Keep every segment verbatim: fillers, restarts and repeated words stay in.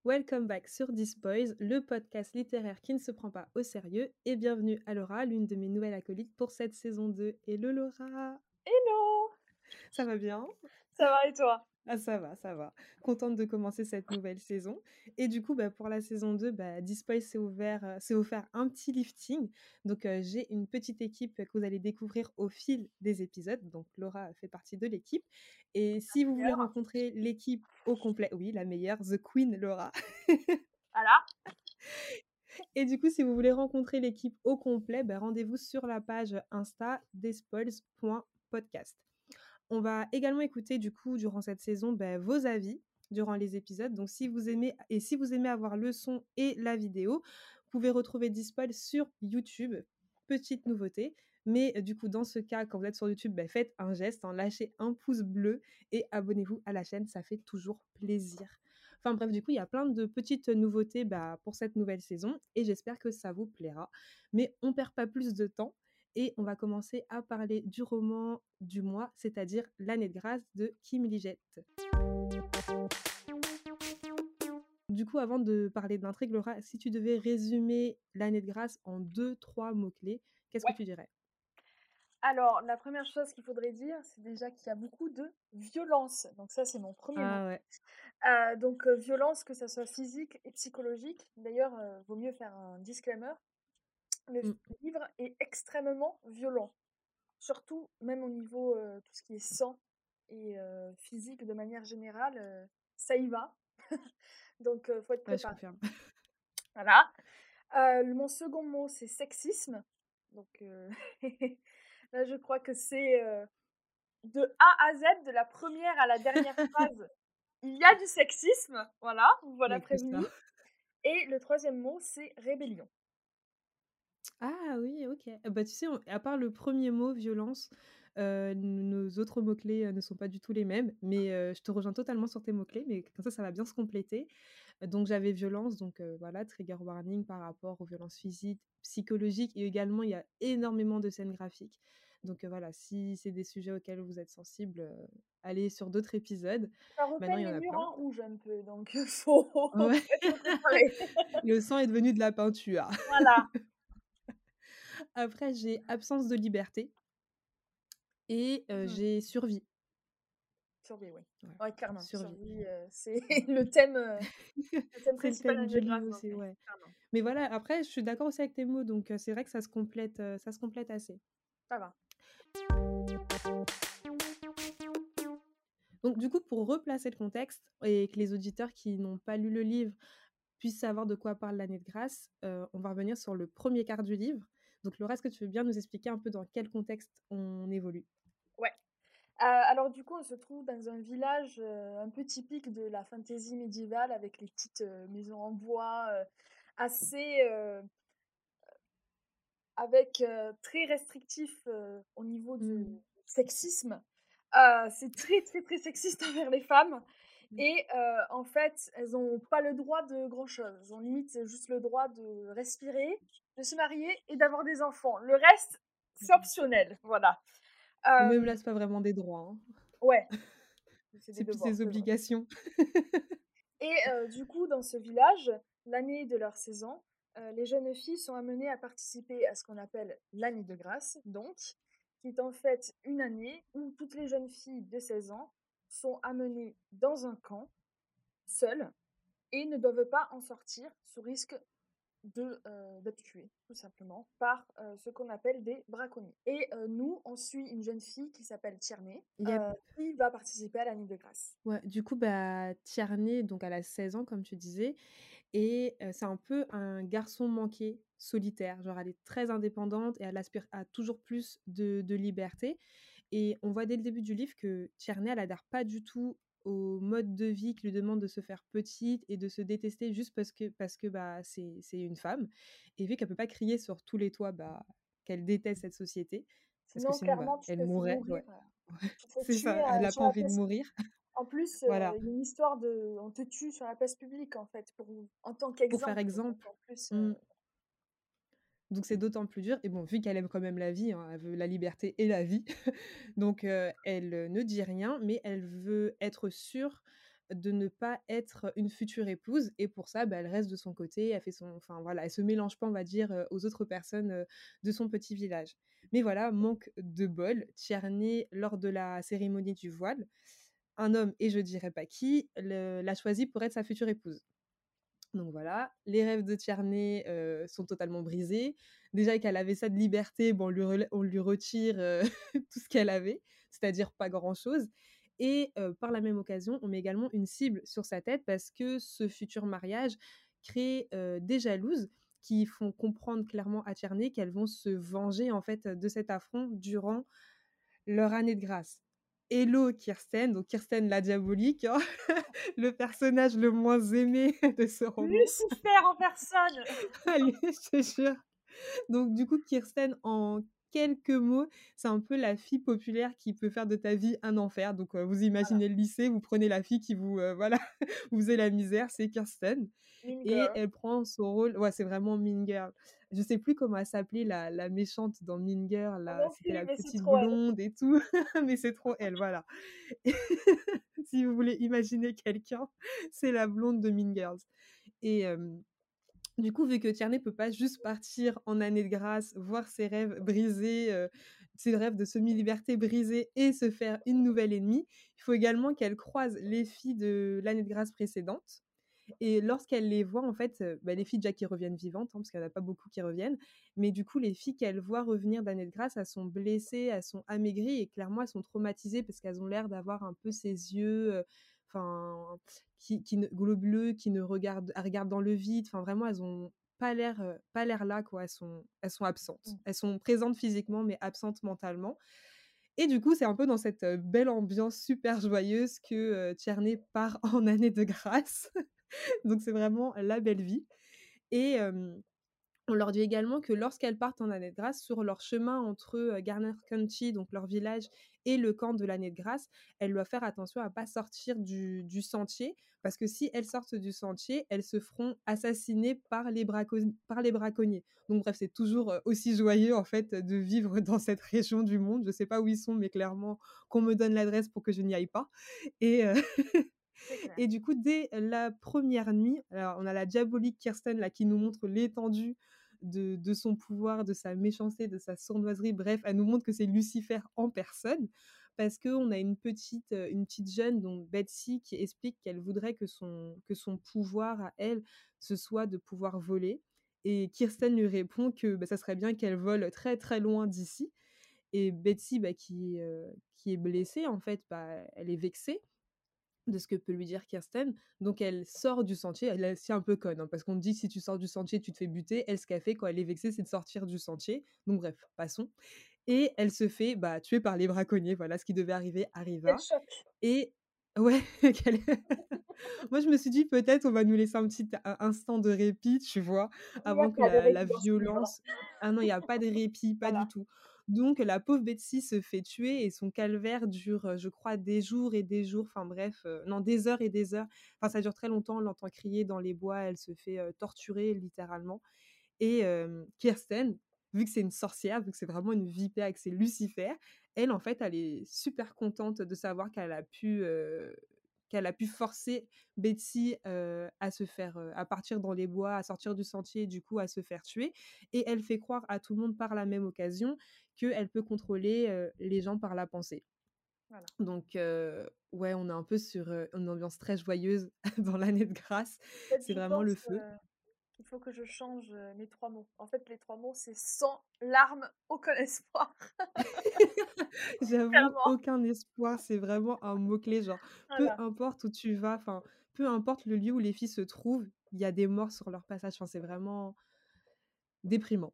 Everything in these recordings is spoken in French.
Welcome back sur This Boys, le podcast littéraire qui ne se prend pas au sérieux. Et bienvenue à Laura, l'une de mes nouvelles acolytes pour cette saison deux. Hello Laura, Hello! ça va bien? Ça va et toi? Ah ça va, ça va. Contente de commencer cette nouvelle saison. Et du coup, bah, pour la saison deux, bah, This Boys s'est ouvert, euh, s'est offert un petit lifting. Donc euh, j'ai une petite équipe que vous allez découvrir au fil des épisodes. Donc Laura fait partie de l'équipe. Et si vous voulez Meilleure. rencontrer l'équipe au complet, oui, la meilleure, The Queen Laura. Voilà. Et du coup, si vous voulez rencontrer l'équipe au complet, bah, rendez-vous sur la page Insta despoils point podcast. On va également écouter du coup durant cette saison bah, vos avis durant les épisodes. Donc si vous aimez et si vous aimez avoir le son et la vidéo, vous pouvez retrouver Dispoil sur YouTube. Petite nouveauté. Mais euh, du coup, dans ce cas, quand vous êtes sur YouTube, bah, faites un geste, hein, lâchez un pouce bleu et abonnez-vous à la chaîne, ça fait toujours plaisir. Enfin bref, du coup, il y a plein de petites nouveautés bah, pour cette nouvelle saison et j'espère que ça vous plaira. Mais on perd pas plus de temps et on va commencer à parler du roman du mois, c'est-à-dire L'année de grâce de Kim Liggett. Du coup, avant de parler de l'intrigue, Laura, si tu devais résumer L'année de grâce en deux, trois mots-clés, qu'est-ce que Ouais. tu dirais? Alors, la première chose qu'il faudrait dire, c'est déjà qu'il y a beaucoup de violence. Donc ça, c'est mon premier mot. Ah ouais. Euh, donc, euh, violence, que ça soit physique et psychologique. D'ailleurs, euh, vaut mieux faire un disclaimer. Le Mm. livre est extrêmement violent. Surtout, même au niveau euh, tout ce qui est sang et euh, physique de manière générale, euh, ça y va. Donc, il faut être Ouais, je préparé. confirme. Voilà. Euh, mon second mot, c'est sexisme. Donc, euh, là, je crois que c'est euh, de A à Z, de la première à la dernière phrase. Il y a du sexisme, voilà, vous Il n'y voilà a que ça. prévenu. Et le troisième mot, c'est rébellion. Ah oui, ok. Ah bah, tu sais, on- à part le premier mot, violence, euh, nos autres mots-clés euh, ne sont pas du tout les mêmes, mais euh, je te rejoins totalement sur tes mots-clés, mais comme ça, ça va bien se compléter. Euh, Donc j'avais violence, donc euh, voilà, trigger warning par rapport aux violences physiques, psychologiques, et également, il y a énormément de scènes graphiques. Donc euh, voilà, si c'est des sujets auxquels vous êtes sensible, euh, allez sur d'autres épisodes. Ça Maintenant, repeint il y en les a murs plein. en rouge un peu, donc il faut, faut Ouais. être préparé. Le sang est devenu de la peinture. Voilà. Après, j'ai absence de liberté. Et euh, Mhm. j'ai survie. Survie, oui. Voilà, Ouais, clairement. survie. Survie, euh, c'est le thème, euh, le thème C'est le principal thème d'Anne du de livre Grâce, donc aussi, euh, ouais. clairement. Mais voilà, après, je suis d'accord aussi avec tes mots, donc euh, c'est vrai que ça se complète, euh, ça se complète assez. Ça va. Donc du coup, pour replacer le contexte et que les auditeurs qui n'ont pas lu le livre puissent savoir de quoi parle l'année de grâce, euh, on va revenir sur le premier quart du livre. Donc Laura, est-ce que tu veux bien nous expliquer un peu dans quel contexte on évolue? Ouais. Euh, alors du coup, on se trouve dans un village euh, un peu typique de la fantaisie médiévale avec les petites euh, maisons en bois euh, assez euh, avec euh, très restrictif euh, au niveau du Mm. sexisme. Euh, c'est très très très sexiste envers les femmes et euh, en fait, elles n'ont pas le droit de grand-chose. Elles ont limite juste le droit de respirer, de se marier et d'avoir des enfants. Le reste, c'est optionnel, voilà. Et même Euh, là, c'est pas vraiment des droits, hein. ouais, c'est des C'est plus devoirs, des c'est vrai. obligations. Et euh, du coup, dans ce village, l'année de leur saison, euh, les jeunes filles sont amenées à participer à ce qu'on appelle l'année de grâce, donc, qui est en fait une année où toutes les jeunes filles de seize ans sont amenées dans un camp, seules, et ne doivent pas en sortir sous risque de, euh, d'être tuées, tout simplement, par euh, ce qu'on appelle des braconniers. Et euh, nous, on suit une jeune fille qui s'appelle Tierney, Yep. euh, qui va participer à l'année de grâce. Ouais, du coup, bah, Tierney, donc elle a seize ans, comme tu disais, et euh, c'est un peu un garçon manqué, solitaire. Genre, elle est très indépendante et elle aspire à toujours plus de, de liberté. Et on voit dès le début du livre que Tierney, elle adhère pas du tout au mode de vie qui lui demande de se faire petite et de se détester juste parce que, parce que bah, c'est, c'est une femme. Et vu qu'elle peut pas crier sur tous les toits bah, qu'elle déteste cette société, parce que Sinon, sinon, bah, clairement, tu elle te fais mourrait. mourir. Ouais, euh, Tu te fais c'est tuer ça, elle euh, a sur pas la envie de place. mourir. En plus, euh, Voilà, il y a une histoire de. On te tue sur la place publique, en fait, pour... en tant pour faire qu'exemple. Donc, exemple. en plus. euh, Mm. Donc c'est d'autant plus dur. Et bon, vu qu'elle aime quand même la vie, hein, elle veut la liberté et la vie, donc euh, elle euh, ne dit rien, mais elle veut être sûre de ne pas être une future épouse et pour ça, bah, elle reste de son côté, elle fait son enfin voilà, elle se mélange pas, on va dire, heu, aux autres personnes, heu, de son petit village. Mais voilà, manque de bol, Tierney, lors de la cérémonie du voile, un homme et je dirais pas qui, le l'a choisie pour être sa future épouse. Donc voilà, les rêves de Tierney, heu, sont totalement brisés. Déjà qu'elle avait ça de liberté, bon, on lui relè on lui retire, heu, tout ce qu'elle avait, c'est-à-dire pas grand-chose et heu, par la même occasion, on met également une cible sur sa tête parce que ce futur mariage crée, heu, des jalouses qui font comprendre clairement à Tierney qu'elles vont se venger, en fait, de cet affront durant leur année de grâce. Hello Kirsten, donc Kirsten la diabolique, hein, le personnage le moins aimé de ce roman. Lucifer en personne! Allez, je te jure. Donc du coup, Kirsten, en quelques mots, c'est un peu la fille populaire qui peut faire de ta vie un enfer. Donc heu, vous Voilà, imaginez le lycée, vous prenez la fille qui vous, heu, voilà, vous faisait la misère, c'est Kirsten Mean et Girl. elle prend son rôle ouais, c'est vraiment Mean Girl. Je sais plus comment elle s'appelait la la méchante dans Mean Girl Moi là, non c'était plus, la mais c'est petite trop elle. blonde et tout, mais c'est trop elle, voilà. Si vous voulez imaginer quelqu'un, c'est la blonde de Mean Girls et hem du coup, vu que Tierney peut pas juste partir en année de grâce, voir ses rêves brisés, heu, ses rêves de semi-liberté brisés et se faire une nouvelle ennemie, il faut également qu'elle croise les filles de l'année de grâce précédente et lorsqu'elle les voit, en fait, heu, bah, les filles déjà qui reviennent vivantes, hein, parce qu'il y en a pas beaucoup qui reviennent, mais du coup, les filles qu'elle voit revenir d'année de grâce, elles sont blessées, elles sont amaigries et clairement, elles sont traumatisées parce qu'elles ont l'air d'avoir un peu ces yeux, heu, enfin, qui qui ne globuleux, qui ne regardent elles regardent dans le vide, enfin vraiment, elles ont pas l'air, heu, pas l'air là, quoi. Elles sont elles sont absentes. Mmh. Elles sont présentes physiquement, mais absentes mentalement et du coup, c'est un peu dans cette, heu, belle ambiance super joyeuse que, heu, Tierney part en année de grâce. Donc c'est vraiment la belle vie et hem, on leur dit également que lorsqu'elles partent en année de grâce, sur leur chemin entre, heu, Garner County, donc leur village et le camp de l'année de grâce, elles doivent faire attention à pas sortir du du sentier parce que si elles sortent du sentier, elles se feront assassiner par les bracon par les braconniers. Donc bref, c'est toujours, heu, aussi joyeux en fait, de vivre dans cette région du monde. Je sais pas où ils sont, mais clairement qu'on me donne l'adresse pour que je n'y aille pas et heu C'est clair. et du coup, dès la première nuit, alors on a la diabolique Kirsten là qui nous montre l'étendue de de son pouvoir, de sa méchanceté, de sa sournoiserie, bref, elle nous montre que c'est Lucifer en personne. Parce qu'on a une petite, heu, une petite jeune, donc Betsy, qui explique qu'elle voudrait que son que son pouvoir à elle, ce soit de pouvoir voler et Kirsten lui répond que, bah, ça serait bien qu'elle vole très, très loin d'ici et Betsy, bah, qui, heu, qui est blessée en fait, bah, elle est vexée de ce que peut lui dire Kirsten. Donc elle sort du sentier, elle est aussi un peu conne, hein, parce qu'on te dit que si tu sors du sentier, tu te fais buter. Elle, ce qu'elle fait quand elle est vexée, c'est de sortir du sentier. Donc bref, passons. Et elle se fait bah, tuer par les braconniers. Voilà, ce qui devait arriver Quel arriva. choc! Et ouais, quelle- moi je me suis dit peut-être on va nous laisser un petit un- instant de répit, tu vois, Il n'y a avant que pas de la, la répit dans ce livre. violence. Ah non, il n'y a pas de répit, pas du Voilà. tout. Donc la pauvre Betsy se fait tuer et son calvaire dure, euh, je crois, des jours et des jours, enfin bref, euh, non, des heures et des heures. Enfin, ça dure très longtemps, on l'entend crier dans les bois, elle se fait euh, torturer littéralement. Et hem, Kirsten, vu que c'est une sorcière, vu que c'est vraiment une vipère et que c'est Lucifer, elle, en fait, elle est super contente de savoir qu'elle a pu, heu, qu'elle a pu forcer Betsy, heu, à se faire, heu, à partir dans les bois, à sortir du sentier et du coup à se faire tuer et elle fait croire à tout le monde par la même occasion qu'elle peut contrôler, heu, les gens par la pensée. Voilà. Donc heu, ouais, on est un peu sur, heu, une ambiance très joyeuse dans l'année de grâce. En fait, C'est je vraiment le pense, feu. heu, qu'il faut que je change, heu, mes trois mots. En fait, les trois mots, c'est sans larmes, aucun espoir. J'avoue, Clairement. aucun espoir, c'est vraiment un mot-clé, genre, peu Voilà. importe où tu vas, enfin, peu importe le lieu où les filles se trouvent, il y a des morts sur leur passage, enfin, c'est vraiment déprimant.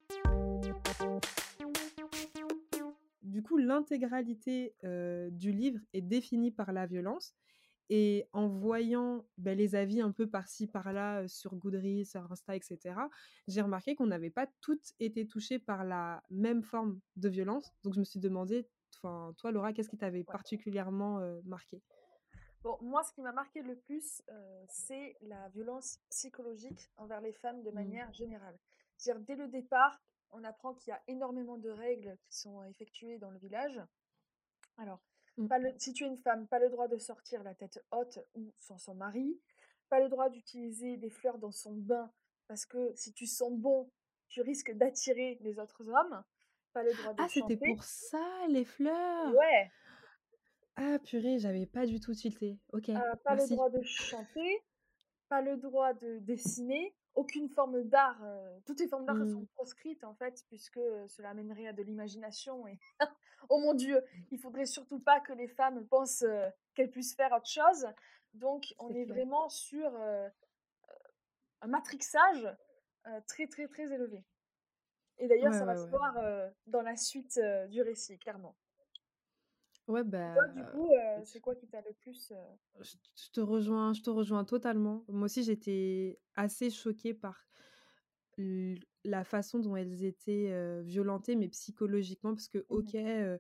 Du coup, l'intégralité, heu, du livre est définie par la violence et en voyant, bah, les avis un peu par-ci par-là, heu, sur Goodreads, sur Insta et cetera, j'ai remarqué qu'on n'avait pas toutes été touchées par la même forme de violence. Donc je me suis demandé, enfin, toi Laura, qu'est-ce qui t'avait Ouais. particulièrement, heu, marquée? Bon, moi, ce qui m'a marqué le plus, heu, c'est la violence psychologique envers les femmes de Mmh. manière générale. C'est-à-dire, dès le départ, on apprend qu'il y a énormément de règles qui sont effectuées dans le village. Alors, Mmh. Pas le si tu es une femme, pas le droit de sortir la tête haute ou sans son mari, pas le droit d'utiliser des fleurs dans son bain parce que si tu sens bon, tu risques d'attirer les autres hommes, pas le droit de Ah, c'était chanter. pour ça, les fleurs? Ouais, Ah purée, j'avais pas du tout tilté. OK, heu, pas le merci. droit de chanter, pas le droit de dessiner, aucune forme d'art, heu, toutes les formes d'art sont Mmh. proscrites en fait puisque, heu, cela amènerait à de l'imagination et oh mon Dieu, il faudrait surtout pas que les femmes pensent, heu, qu'elles puissent faire autre chose. Donc on C'est est clair. vraiment sur, heu, un matrixage, heu, très, très, très élevé. Et d'ailleurs Ouais, ça va ouais, se ouais. voir, heu, dans la suite, heu, du récit, clairement. Ouais, Et toi bah, du coup, heu, c'est quoi qui t'a le plus, heu je je te rejoins je te rejoins totalement. Moi aussi, j'étais assez choquée par l la façon dont elles étaient, heu, violentées, mais psychologiquement parce que, mmh OK, heu,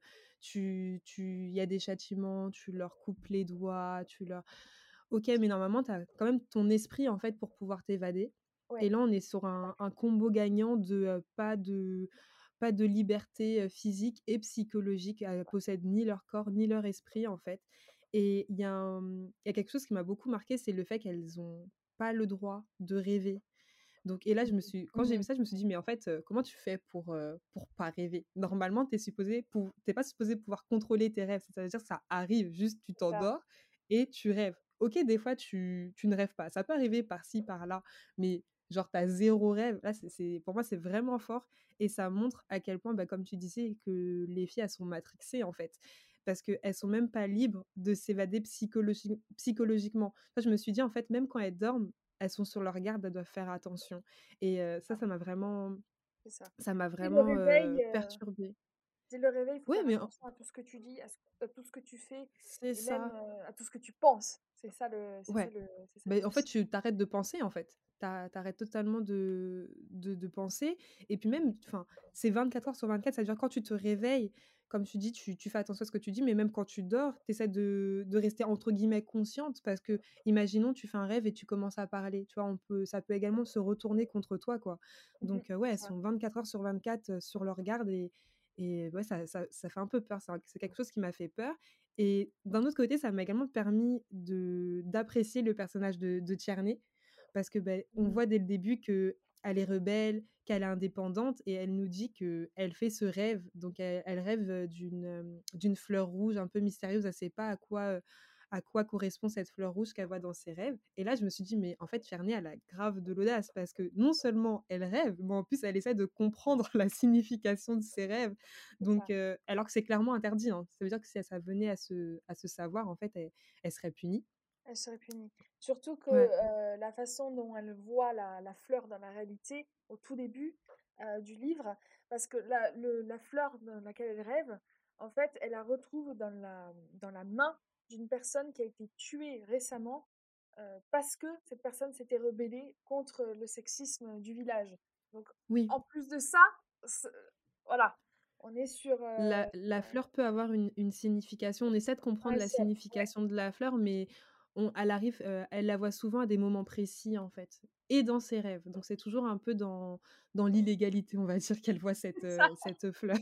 tu tu il y a des châtiments, tu leur coupes les doigts, tu leur OK, mais normalement, tu as quand même ton esprit, en fait, pour pouvoir t'évader et Ouais, là, on est sur un un combo gagnant de, heu, pas de pas de liberté, heu, physique et psychologique. Elles possèdent ni leur corps, ni leur esprit, en fait et il y a un, mmh, il y a quelque chose qui m'a beaucoup marquée, c'est le fait qu'elles ont pas le droit de rêver. Donc et là, je me suis quand j'ai vu mmh ça, je me suis dit: «Mais en fait, heu, comment tu fais pour, heu, pour pas rêver?» Normalement, tu es supposé pou tu pas supposé pouvoir contrôler tes rêves. Ça veut dire que ça arrive, juste tu c'est ça, t'endors et tu rêves. OK, des fois tu tu ne rêves pas. Ça peut arriver par-ci, par-là, mais genre tu as zéro rêve. Là, c'est c'est pour moi, c'est vraiment fort et ça montre à quel point, bah, comme tu disais, que les filles, elles sont matrixées, en fait. Parce qu'elles sont même pas libres de s'évader psychologi psychologiquement. Moi, je me suis dit: «En fait, même quand elles dorment, elles sont sur leur garde, elles doivent faire attention» et heu, ça, ça, ça m'a vraiment c'est ça. ça m'a Dès le vraiment, heu, réveil, heu, perturbée. dès le réveil, il faut Ouais, faire mais en attention à tout ce que tu dis, à ce à tout ce que tu fais c'est et même, ça. heu, à tout ce que tu penses. C'est ça le c'est ça Ouais. le c'est ça le Beh, en fait, souci. tu tu de penser, en fait. Tu a tu totalement de de de penser et puis même, enfin, c'est vingt-quatre heures sur vingt-quatre, c'est-à-dire quand tu te réveilles, comme tu dis, tu tu fais attention à ce que tu dis, mais même quand tu dors, tu essaies de de rester entre guillemets «consciente» parce que, imaginons, tu fais un rêve et tu commences à parler, tu vois? On peut ça peut également se retourner contre toi, quoi. Mmh Donc heu, ouais, c'est elles ça, sont vingt-quatre heures sur vingt-quatre, heu, sur leur garde et et ouais, ça ça ça fait un peu peur. C'est un c'est quelque chose qui m'a fait peur et d'un autre côté, ça m'a également permis de d'apprécier le personnage de de Tierney parce que, beh, on mmh voit dès le début qu'elle est rebelle, qu'elle est indépendante et elle nous dit qu'elle fait ce rêve. Donc elle elle rêve, heu, d'une, hem, d'une fleur rouge un peu mystérieuse. Elle sait pas à quoi, heu, à quoi correspond cette fleur rouge qu'elle voit dans ses rêves et là, je me suis dit: «Mais en fait, Tierney, elle a grave de l'audace» parce que non seulement elle rêve, mais en plus elle essaie de comprendre la signification de ses rêves. c'est Donc, ça. heu, alors que c'est clairement interdit, hein. Ça veut dire que si ça venait à se à se savoir, en fait, elle elle serait punie. Elle serait punie. Surtout que, Ouais. heu, la façon dont elle voit la la fleur dans la réalité, au tout début, heu, du livre, parce que la le la fleur dans laquelle elle rêve, en fait, elle la retrouve dans la dans la main d'une personne qui a été tuée récemment, heu, parce que cette personne s'était rebellée contre le sexisme du village. Donc Oui, en plus de ça, ce voilà, on est sur, heu, la la fleur peut avoir une une signification. On essaie de comprendre un la sel, ouais, signification de la fleur, mais on elle arrive, heu, elle la voit souvent à des moments précis, en fait et dans ses rêves. Donc c'est toujours un peu dans dans l'illégalité, on va dire, qu'elle voit cette, c'est ça. heu, cette fleur.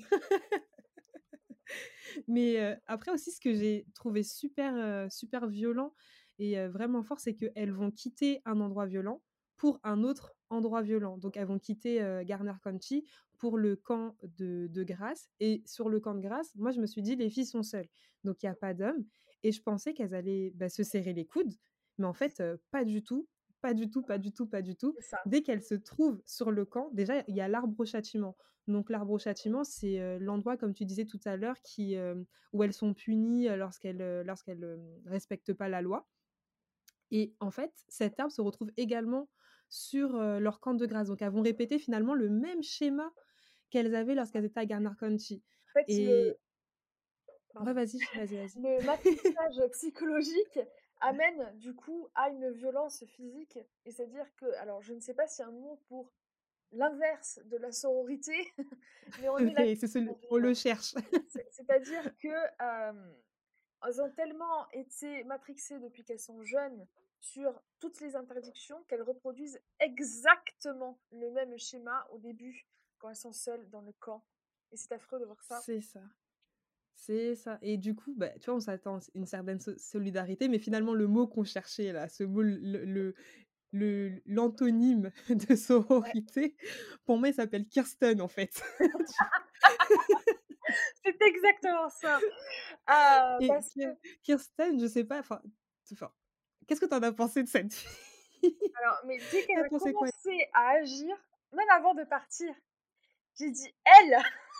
Mais heu, après aussi ce que j'ai trouvé super, heu, super violent et heu, vraiment fort, c'est qu'elles vont quitter un endroit violent pour un autre endroit violent. Donc elles vont quitter, heu, Garner County pour le camp de de Grace et sur le camp de Grace, moi je me suis dit: «Les filles sont seules, donc il y a pas d'hommes» et je pensais qu'elles allaient, bah, se serrer les coudes, mais en fait, heu, pas du tout, pas du tout, pas du tout, pas du tout. C'est ça. Dès qu'elles se trouvent sur le camp, déjà il y a l'arbre au châtiment. Donc l'arbre au châtiment, c'est, heu, l'endroit, comme tu disais tout à l'heure, qui, hem, où elles sont punies, heu, lorsqu'elles, heu, lorsqu'elles, hem, respectent pas la loi et en fait, cet arbre se retrouve également sur, heu, leur camp de grâce. Donc elles vont répéter finalement le même schéma qu'elles avaient C'est ça. lorsqu'elles étaient à Garner County En fait, le et ouais, pardon. vas-y, vas-y, vas-y. Le matrixage psychologique amène du coup à une violence physique et c'est-à-dire que alors je ne sais pas s'il y a un mot pour l'inverse de la sororité, mais on est Oui, là-dessus, c'est celui on va on dire. le cherche. C'est c'est-à-dire que, hem, elles ont tellement été matrixées depuis qu'elles sont jeunes sur toutes les interdictions qu'elles reproduisent exactement le même schéma au début quand elles sont seules dans le camp et c'est affreux de voir ça. C'est ça. C'est ça et du coup, bah, tu vois, on s'attend à une certaine so solidarité, mais finalement le mot qu'on cherchait là, ce mot, le le le l'antonyme de Ouais, sororité, pour moi, il s'appelle Kirsten, en fait. Tu c'est exactement ça. Heu, et parce que Ki Kirsten, je sais pas, enfin enfin, qu'est-ce que tu en as pensé de cette fille? alors mais dès Tu qu'elle as a pensé quoi? commencé à agir, même avant de partir, j'ai dit: «Elle,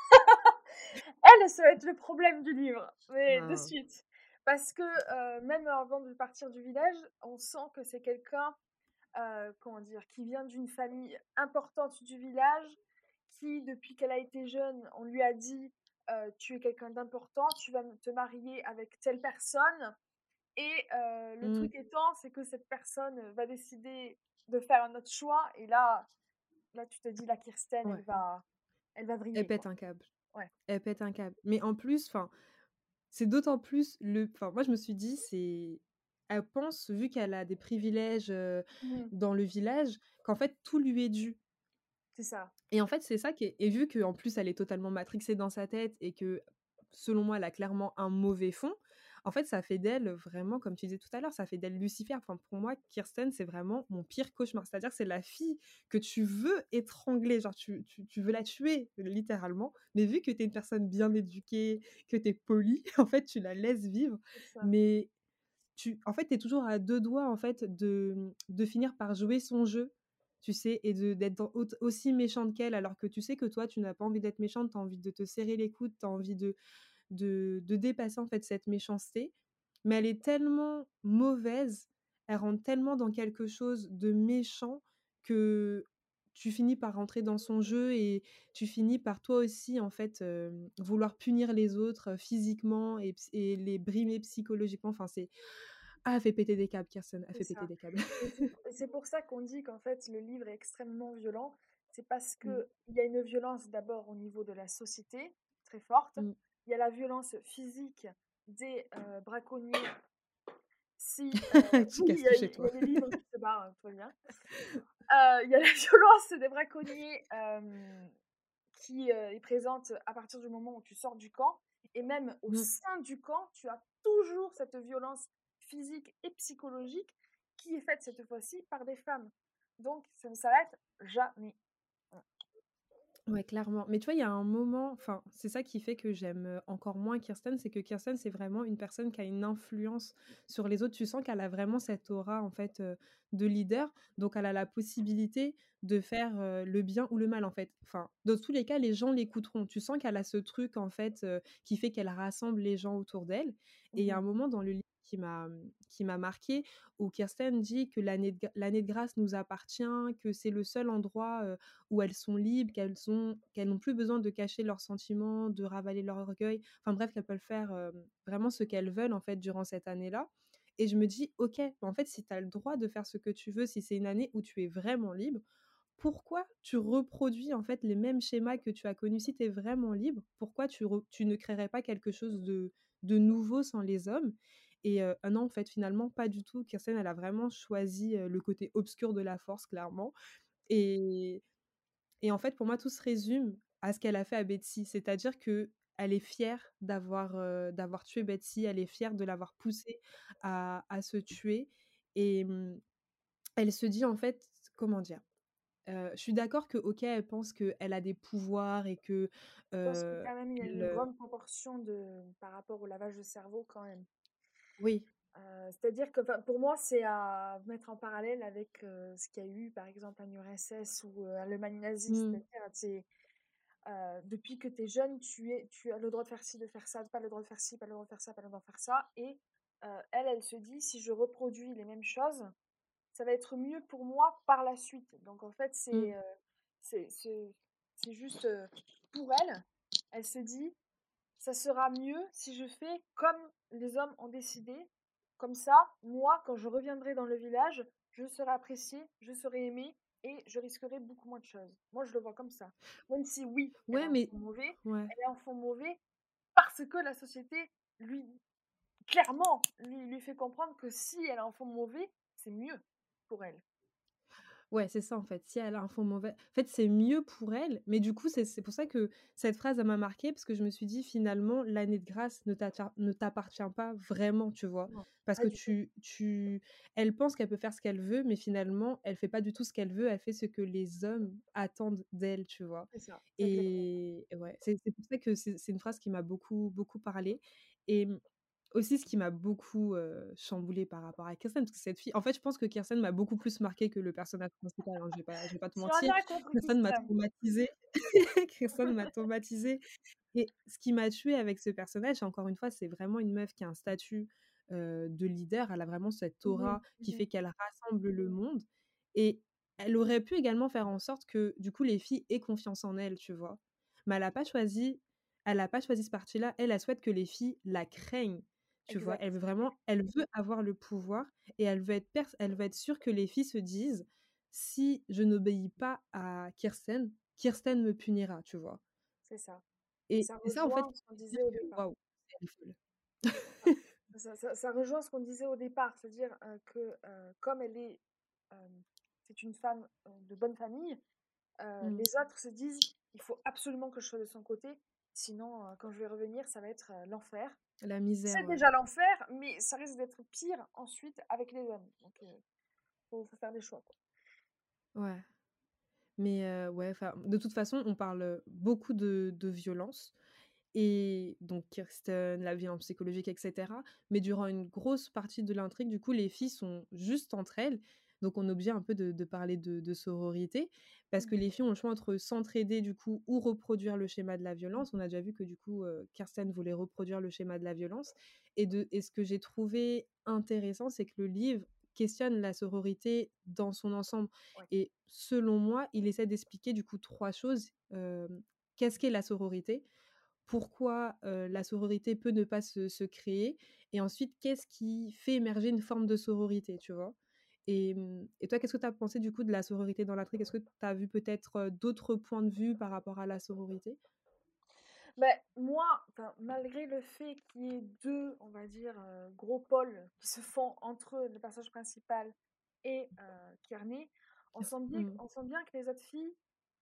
elle, ça va être le problème du livre», mais de Ah. suite. Parce que, heu, même avant de partir du village, on sent que c'est quelqu'un, heu, comment dire? Qui vient d'une famille importante du village, qui depuis qu'elle a été jeune, on lui a dit: «Heu, tu es quelqu'un d'important, tu vas m te marier avec telle personne». Et heu, le Mmh, truc étant, c'est que cette personne va décider de faire un autre choix et là là tu te dis: «La Kirsten, elle ouais, va elle va elle vriller, pète quoi». un câble. Ouais. Elle pète un câble. Mais en plus, enfin, c'est d'autant plus le enfin, moi, je me suis dit: «C'est» elle pense, vu qu'elle a des privilèges, heu, Mmh. dans le village, qu'en fait, tout lui est dû. C'est ça. Et en fait, c'est ça qui est et vu qu'en plus elle est totalement matrixée dans sa tête et que, selon moi, elle a clairement un mauvais fond, en fait, ça fait d'elle vraiment, comme tu disais tout à l'heure, ça fait d'elle Lucifer. Enfin, pour moi, Kirsten, c'est vraiment mon pire cauchemar. C'est-à-dire, c'est la fille que tu veux étrangler, genre tu tu tu veux la tuer, littéralement, mais vu que tu es une personne bien éduquée, que tu es polie, en fait, tu la laisses vivre, C'est ça. mais tu en fait, tu es toujours à deux doigts, en fait, de, mmh, de finir par jouer son jeu, tu sais? Et de d'être dans aut aussi méchante qu'elle, alors que tu sais que toi, tu n'as pas envie d'être méchante, tu as envie de te serrer les coudes, tu as envie de de de dépasser, en fait, cette méchanceté. Mais elle est tellement mauvaise, elle rentre tellement dans quelque chose de méchant que tu finis par rentrer dans son jeu et tu finis par toi aussi, en fait, hem, vouloir punir les autres, heu, physiquement et ps et les brimer psychologiquement. Enfin, c'est ah, elle fait péter des câbles, Kirsten, elle C'est fait péter ça. des câbles. Et c'est p et c'est pour ça qu'on dit qu'en fait le livre est extrêmement violent. C'est parce Mmh. qu'il y a une violence d'abord au niveau de la société, très forte. Mmh. Il y a la violence physique des, heu, braconniers si, heu Tu oui, il casses y tout a chez il y toi. a les livres qui se barrent, tout va bien. Heu, il y a la violence des braconniers, hem, qui, heu, est présente à partir du moment où tu sors du camp et même au Mmh. sein du camp, tu as toujours cette violence physique et psychologique qui est faite cette fois-ci par des femmes. Donc ça ne s'arrête jamais. Mmh. Ouais, clairement. Mais tu vois, il y a un moment, enfin, c'est ça qui fait que j'aime, heu, encore moins Kirsten, c'est que Kirsten, c'est vraiment une personne qui a une influence sur les autres. Tu sens qu'elle a vraiment cette aura, en fait, heu, de leader, donc elle a la possibilité de faire, heu, le bien ou le mal, en fait. Enfin, dans tous les cas, les gens l'écouteront. Tu sens qu'elle a ce truc, en fait, heu, qui fait qu'elle rassemble les gens autour d'elle et il y a Mmh. un moment dans le livre qui m'a, mmh, qui m'a marquée, où Kirsten dit que l'année de g l'année de grâce nous appartient, que c'est le seul endroit, où elles sont libres, qu'elles ont qu'elles n'ont plus besoin de cacher leurs sentiments, de ravaler leur orgueil. Enfin bref, qu'elles peuvent faire, hem, vraiment ce qu'elles veulent, en fait, durant cette année-là et je me dis: «OK, bah, en fait, si tu as le droit de faire ce que tu veux, si c'est une année où tu es vraiment libre, pourquoi tu reproduis, en fait, les mêmes schémas que tu as connus? Si tu es vraiment libre, pourquoi tu re tu ne créerais pas quelque chose de de nouveau sans les hommes?» et heu, ah non, en fait, finalement, pas du tout. Kirsten, elle a vraiment choisi, heu, le côté obscur de la force, clairement et et en fait, pour moi, tout se résume à ce qu'elle a fait à Betsy. C'est-à-dire que elle est fière d'avoir, heu, d'avoir tué Betsy, elle est fière de l'avoir poussée à à se tuer et mmh, elle se dit en fait comment dire? Heu, je suis d'accord que OK, elle pense qu'elle a des pouvoirs et que, Je pense que heu, quand même il y a elle, une heu grande proportion de par rapport au lavage de cerveau quand même. oui. Heu, c'est-à-dire que, enfin, pour moi, c'est à mettre en parallèle avec, heu, ce qu'il y a eu, par exemple, en U R S S ou, heu, l'Allemagne nazie. Mmh. C'est-à-dire, c'est, heu, depuis que tu es jeune, tu es tu as le droit de faire ci, de faire ça, pas le droit de faire ci, pas le droit de faire ça, pas le droit de faire ça et heu, elle, elle se dit: «Si je reproduis les mêmes choses, ça va être mieux pour moi par la suite». Donc en fait, Mmh. c'est, heu, c'est c'est c'est juste, heu, pour elle, elle se dit: ça sera mieux si je fais comme les hommes ont décidé. Comme ça, moi, quand je reviendrai dans le village, je serai appréciée, je serai aimée et je risquerai beaucoup moins de choses. Moi, je le vois comme ça. Même si oui, elle Ouais, a un mais fond mauvais, ouais. elle a un fond mauvais parce que la société lui, clairement, lui, lui fait comprendre que si elle a un fond mauvais, c'est mieux pour elle. Ouais, c'est ça en fait. Si elle a un fond mauvais en fait, c'est mieux pour elle, mais du coup, c'est c'est pour ça que cette phrase, elle m'a marquée parce que je me suis dit: «Finalement, l'année de grâce ne t'attient ne t'appartient pas vraiment», tu vois? Non, Parce pas que du tout. tu tu elle pense qu'elle peut faire ce qu'elle veut, mais finalement, elle fait pas du tout ce qu'elle veut, elle fait ce que les hommes attendent d'elle, tu vois? C'est ça, c'est clairement ça. Et ouais, c'est c'est pour ça que c'est c'est une phrase qui m'a beaucoup, beaucoup parlé et mmh, aussi ce qui m'a beaucoup, heu, chamboulée par rapport à Kirsten, parce que cette fille en fait, je pense que Kirsten m'a beaucoup plus marquée que le personnage principal, hein, je vais pas je vais pas te Tu en mentir. as contre Kirsten m'a Kirsten. traumatisée. Kirsten m'a traumatisée et ce qui m'a tuée avec ce personnage, encore une fois, c'est vraiment une meuf qui a un statut, heu, de leader. Elle a vraiment cette Mmh mh. aura qui Mmh. fait qu'elle rassemble le monde et elle aurait pu également faire en sorte que, du coup, les filles aient confiance en elle, tu vois? Mais elle a pas choisi elle a pas choisi ce parti-là. Elle, elle souhaite que les filles la craignent, tu vois? Elle Exact. veut vraiment elle veut avoir le pouvoir et elle veut être pers elle veut être sûre que les filles se disent: «Si je n'obéis pas à Kirsten, Kirsten me punira», tu vois? C'est ça et Et ça c'est ça, en fait, rejoint qui ce qu'on me fait disait dire au que départ. waouh, elle est folle. Ah, ça ça ça rejoint ce qu'on disait au départ, c'est-à-dire, heu, que, heu, comme elle est, hem, c'est une femme, heu, de bonne famille, heu, Mmh. les autres se disent: «Il faut absolument que je sois de son côté, sinon, heu, quand je vais revenir, ça va être, heu, l'enfer». La misère, C'est ouais. déjà l'enfer, mais ça risque d'être pire ensuite avec les hommes, donc heu, faut faut faire des choix, quoi. Ouais. Mais heu, ouais, enfin, de toute façon, on parle, beaucoup de de violence et donc Kirsten, la violence psychologique et cetera. Mais durant une grosse partie de l'intrigue, du coup, les filles sont juste entre elles. Donc on est obligé un peu de de parler de de sororité parce que Mmh. les filles ont le choix entre s'entraider, du coup, ou reproduire le schéma de la violence. On a déjà vu que, du coup, heu, Kirsten voulait reproduire le schéma de la violence et de et ce que j'ai trouvé intéressant, c'est que le livre questionne la sororité dans son ensemble Ouais, et selon moi, il essaie d'expliquer, du coup, trois choses. Hem, qu'est-ce qu'est la sororité? Pourquoi, heu, la sororité peut ne pas se se créer et ensuite qu'est-ce qui fait émerger une forme de sororité, tu vois? Et mmh et toi, qu'est-ce que tu as pensé du coup de la sororité dans l'intrigue? Est-ce que tu as vu peut-être, heu, d'autres points de vue par rapport à la sororité? beh, moi, enfin, malgré le fait qu'il y ait deux, on va dire, heu, gros pôles qui se font entre le personnage principal et heu, Kearney, on Yes. sent bien Mmh. on sent bien que les autres filles,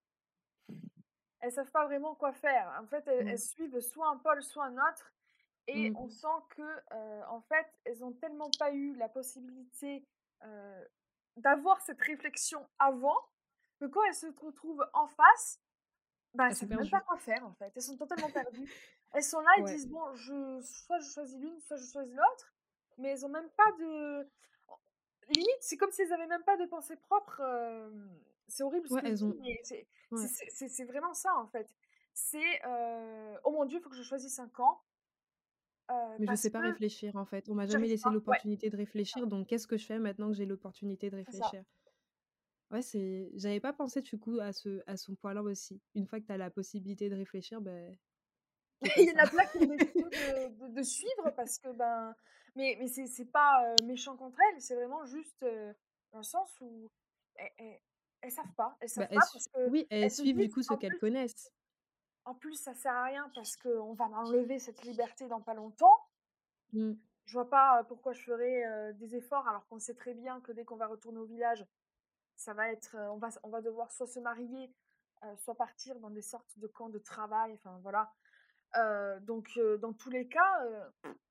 elles savent pas vraiment quoi faire. En fait, elles elles Ouais. suivent soit un pôle, soit un autre et Mmh. on sent que, heu, en fait, elles ont tellement pas eu la possibilité, heu, d'avoir cette réflexion avant, que quand elles se retrouvent en face, bah, elles Elles sont savent même pas perdues. quoi faire, en fait. Elles sont totalement perdues. Elles sont là, elles Ouais. disent: «Bon, je soit je choisis l'une, soit je choisis l'autre», mais elles ont même pas de limite, c'est comme si elles avaient même pas de pensée propre, hem, c'est horrible ce Ouais, que je elles dis, ont mais c'est c'est ouais. c'est c'est c'est vraiment ça, en fait. C'est, heu: «Oh mon Dieu, il faut que je choisisse un camp, heu, Mais je parce sais pas que réfléchir en fait. On m'a jamais j'arrive laissé pas». Ouais, l'opportunité de réfléchir, donc qu'est-ce que je fais maintenant que j'ai l'opportunité de c'est ça. réfléchir? Ouais, c'est j'avais pas pensé du coup à ce à son point-là aussi. Une fois que tu as la possibilité de réfléchir, beh, fais pas Il y en ça. a plein qui ont décidé de de de suivre parce que, ben mais mais c'est c'est pas, heu, méchant contre elles, c'est vraiment juste, heu, dans le sens où elles elles elles savent pas. Elles Bah, savent elles pas su parce qu'elles oui, elles se suivent du disent coup ce en qu'elles plus connaissent. en plus ça sert à rien parce qu'on va m'enlever cette liberté dans pas longtemps. Mmh. Je vois pas, heu, pourquoi je ferais, heu, des efforts alors qu'on sait très bien que dès qu'on va retourner au village, ça va être, heu, on va s on va devoir soit se marier, heu, soit partir dans des sortes de camps de travail, enfin voilà. Heu, donc heu, dans tous les cas, heu,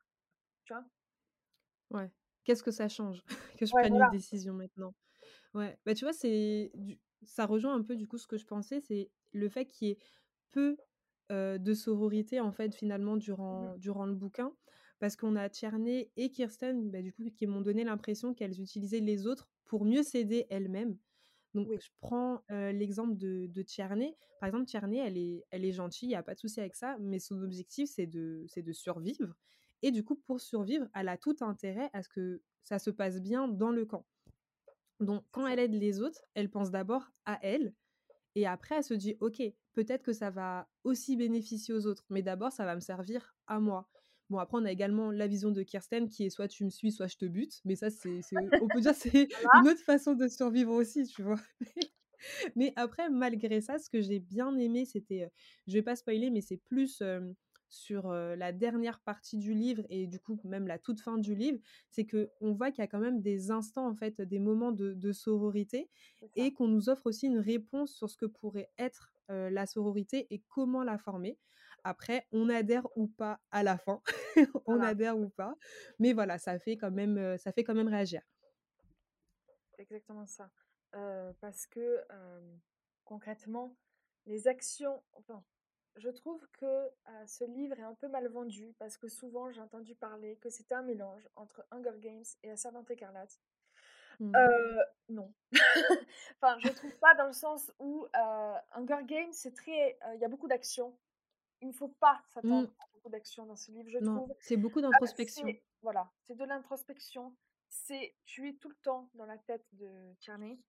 tu vois? Ouais. Qu'est-ce que ça change que je Ouais, prenne une voilà. décision maintenant? Ouais, bah, tu vois, c'est du ça rejoint un peu du coup ce que je pensais, c'est le fait qu'il y ait peu, heu, de sororité en fait finalement Mmh mh. durant durant le bouquin. Parce qu'on a Tierney et Kirsten, bah, du coup qui m'ont donné l'impression qu'elles utilisaient les autres pour mieux s'aider elles-mêmes. Donc Oui, je prends, heu, l'exemple de de Tierney. Par exemple, Tierney, elle est elle est gentille, il y a pas de souci avec ça, mais son objectif c'est de c'est de survivre et du coup pour survivre, elle a tout intérêt à ce que ça se passe bien dans le camp. Donc c'est quand elle ça. aide les autres, elle pense d'abord à elle et après elle se dit: «OK, peut-être que ça va aussi bénéficier aux autres, mais d'abord ça va me servir à moi». Bon après on a également la vision de Kirsten qui est soit tu me suis, soit je te bute, mais ça c'est c'est on peut dire c'est Voilà. une autre façon de survivre aussi, tu vois? Mais après malgré ça, ce que j'ai bien aimé, c'était, heu, je vais pas spoiler, mais c'est plus, hem, sur, heu, la dernière partie du livre et du coup même la toute fin du livre, c'est qu'on voit qu'il y a quand même des instants, en fait, des moments de de sororité C'est ça. et qu'on nous offre aussi une réponse sur ce que pourrait être, heu, la sororité et comment la former. Après, on adhère ou pas à la fin, on Voilà, adhère ou pas, mais voilà, ça fait quand même, heu, ça fait quand même réagir. c'est exactement ça. Heu, parce que, hem, concrètement, les actions enfin, je trouve que, heu, ce livre est un peu mal vendu parce que souvent j'ai entendu parler que c'était un mélange entre Hunger Games et La Servante écarlate. Mmh. Heu, non. Enfin, je trouve pas dans le sens où, heu, Hunger Games, c'est très, heu, il y a beaucoup d'action. Il ne faut pas Mmh, s'attendre à beaucoup d'action dans ce livre, je non, trouve. c'est beaucoup Heu, d'introspection. c'est voilà, c'est de l'introspection, c'est tu es tout le temps dans la tête de Tierney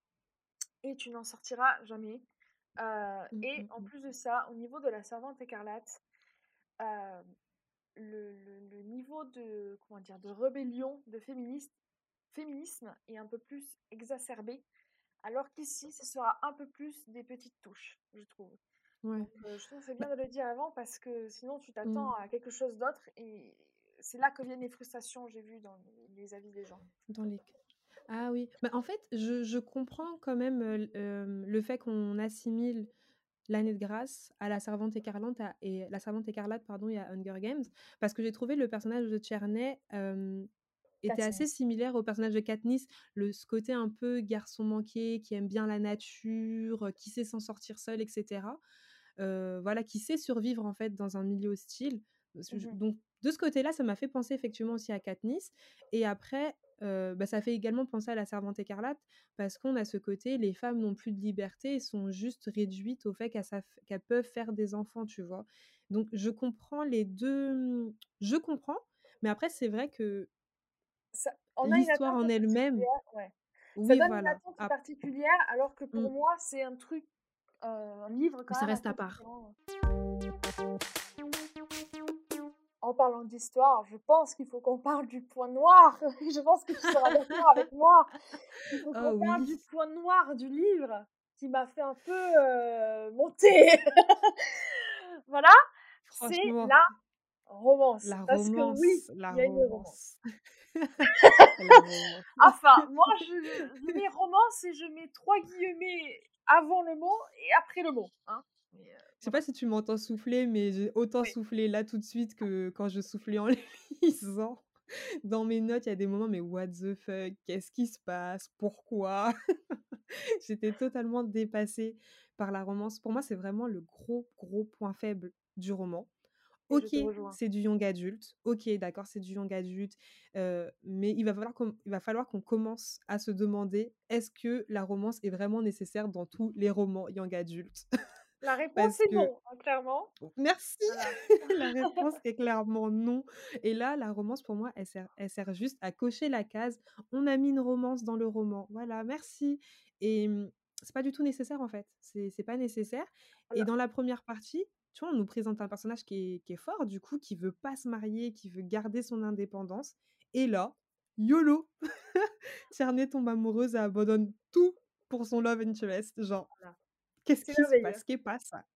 et tu n'en sortiras jamais. Heu Mmh, et mmh, en mmh. plus de ça, au niveau de La Servante écarlate, heu, le le le niveau de, comment dire? De rébellion, de féministe féminisme est un peu plus exacerbé, alors qu'ici, ce sera un peu plus des petites touches, je trouve. Ouais. Donc heu, je trouve que c'est Bah, bien de le dire avant parce que sinon tu t'attends mmh, à quelque chose d'autre et c'est là que viennent les frustrations, j'ai vu dans les les avis des gens. dans les ah oui, bah, en fait, je je comprends quand même, heu, l hem, le fait qu'on assimile L'année de grâce à La Servante écarlante à et La Servante écarlate, pardon, et à Hunger Games, parce que j'ai trouvé le personnage de Tierney, hem, était assez Katniss. similaire au personnage de Katniss. Le ce côté un peu garçon manqué, qui aime bien la nature, heu, qui sait s'en sortir seul et cetera. Heu, voilà, qui sait survivre, en fait, dans un milieu hostile. Ce j Mmh. donc de ce côté-là, ça m'a fait penser effectivement aussi à Katniss et après, heu, bah, ça fait également penser à La Servante écarlate parce qu'on a ce côté, les femmes n'ont plus de liberté et sont juste réduites au fait qu'elles savent qu'elles peuvent faire des enfants, tu vois? Donc je comprends les deux. Mmh, je comprends, mais après c'est vrai que Ça on a une l'histoire attente en elle-même particulière, ouais. Ça oui, donne une voilà. attente Ah, particulière alors que mmh, pour moi, c'est un truc, heu, un livre mais quand ça même reste à assez part. différent. En parlant d'histoire, je pense qu'il faut qu'on parle du point noir. Je pense que tu seras d'accord avec moi. Il faut Oh qu'on parle oui, du point noir du livre qui m'a fait un peu, heu, monter. Voilà, c'est franchement, la romance. la Parce que oui, romance, il la y a une romance. romance, la romance. Enfin, moi je je mets romance et je mets trois guillemets avant le mot et après le mot, hein. Mais, heu, Je sais voilà. pas si tu m'entends souffler, mais j'ai autant Oui, soufflé là tout de suite que quand je soufflais en lisant. Dans mes notes, il y a des moments, mais what the fuck? Qu'est-ce qui se passe? Pourquoi? J'étais totalement dépassée par la romance. Pour moi, c'est vraiment le gros, gros point faible du roman. et je OK, te rejoins. c'est du young adulte. OK, d'accord, c'est du young adulte, heu, mais il va falloir qu'on il va falloir qu'on commence à se demander: «Est-ce que la romance est vraiment nécessaire dans tous les romans young adultes?» La réponse Parce est que non, hein, clairement. merci! Voilà. La réponse est clairement non et là, la romance pour moi, elle sert elle sert juste à cocher la case: «On a mis une romance dans le roman». Voilà, merci et mmh, c'est pas du tout nécessaire, en fait. C'est c'est pas nécessaire et Alors dans la première partie, tu vois, on nous présente un personnage qui est qui est fort, du coup, qui veut pas se marier, qui veut garder son indépendance et là, YOLO! Tierney tombe amoureuse et abandonne tout pour son love interest. Genre, voilà, qu'est-ce c'est qui se merveilleux. passe? Qu'est pas ça?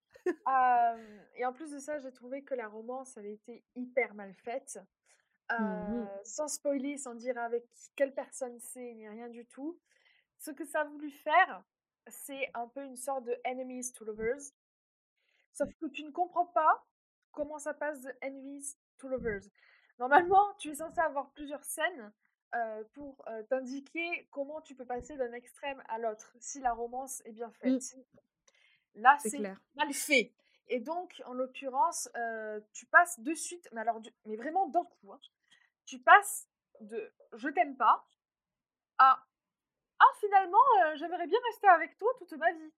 Hem et en plus de ça, j'ai trouvé que la romance avait été hyper mal faite. Heu, Mmh. sans spoiler, sans dire avec quelle personne c'est, ni rien du tout. Ce que ça a voulu faire, c'est un peu une sorte de enemies to lovers. Sauf que tu ne comprends pas comment ça passe de enemies to lovers. Normalement, tu es censé avoir plusieurs scènes, heu, pour, heu, t'indiquer comment tu peux passer d'un extrême à l'autre, si la romance est bien Mmh, faite. Là, c'est c'est clair. mal fait et donc en l'occurrence, heu, tu passes de suite, mais alors du mais vraiment d'un coup, hein. Tu passes de «je t'aime pas» à «ah finalement, heu, j'aimerais bien rester avec toi toute ma vie».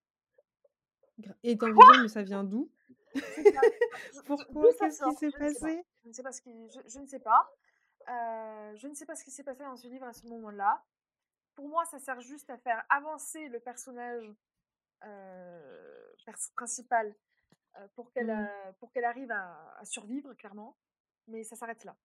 Gra et tu as envie de Quoi? dire: «Mais ça vient d'où? C'est ça, c'est ça. Je de d'où Pourquoi? ça Qu'est-ce qui sort? s'est Je ne sais pas. passé?» Je ne sais pas ce qui je je ne sais pas. Heu, je ne sais pas ce qui s'est passé dans ce livre à ce moment-là. Pour moi, ça sert juste à faire avancer le personnage, heu, pers principal, heu, pour qu'elle, Mmh. heu, pour qu'elle arrive à à survivre clairement, mais ça s'arrête là.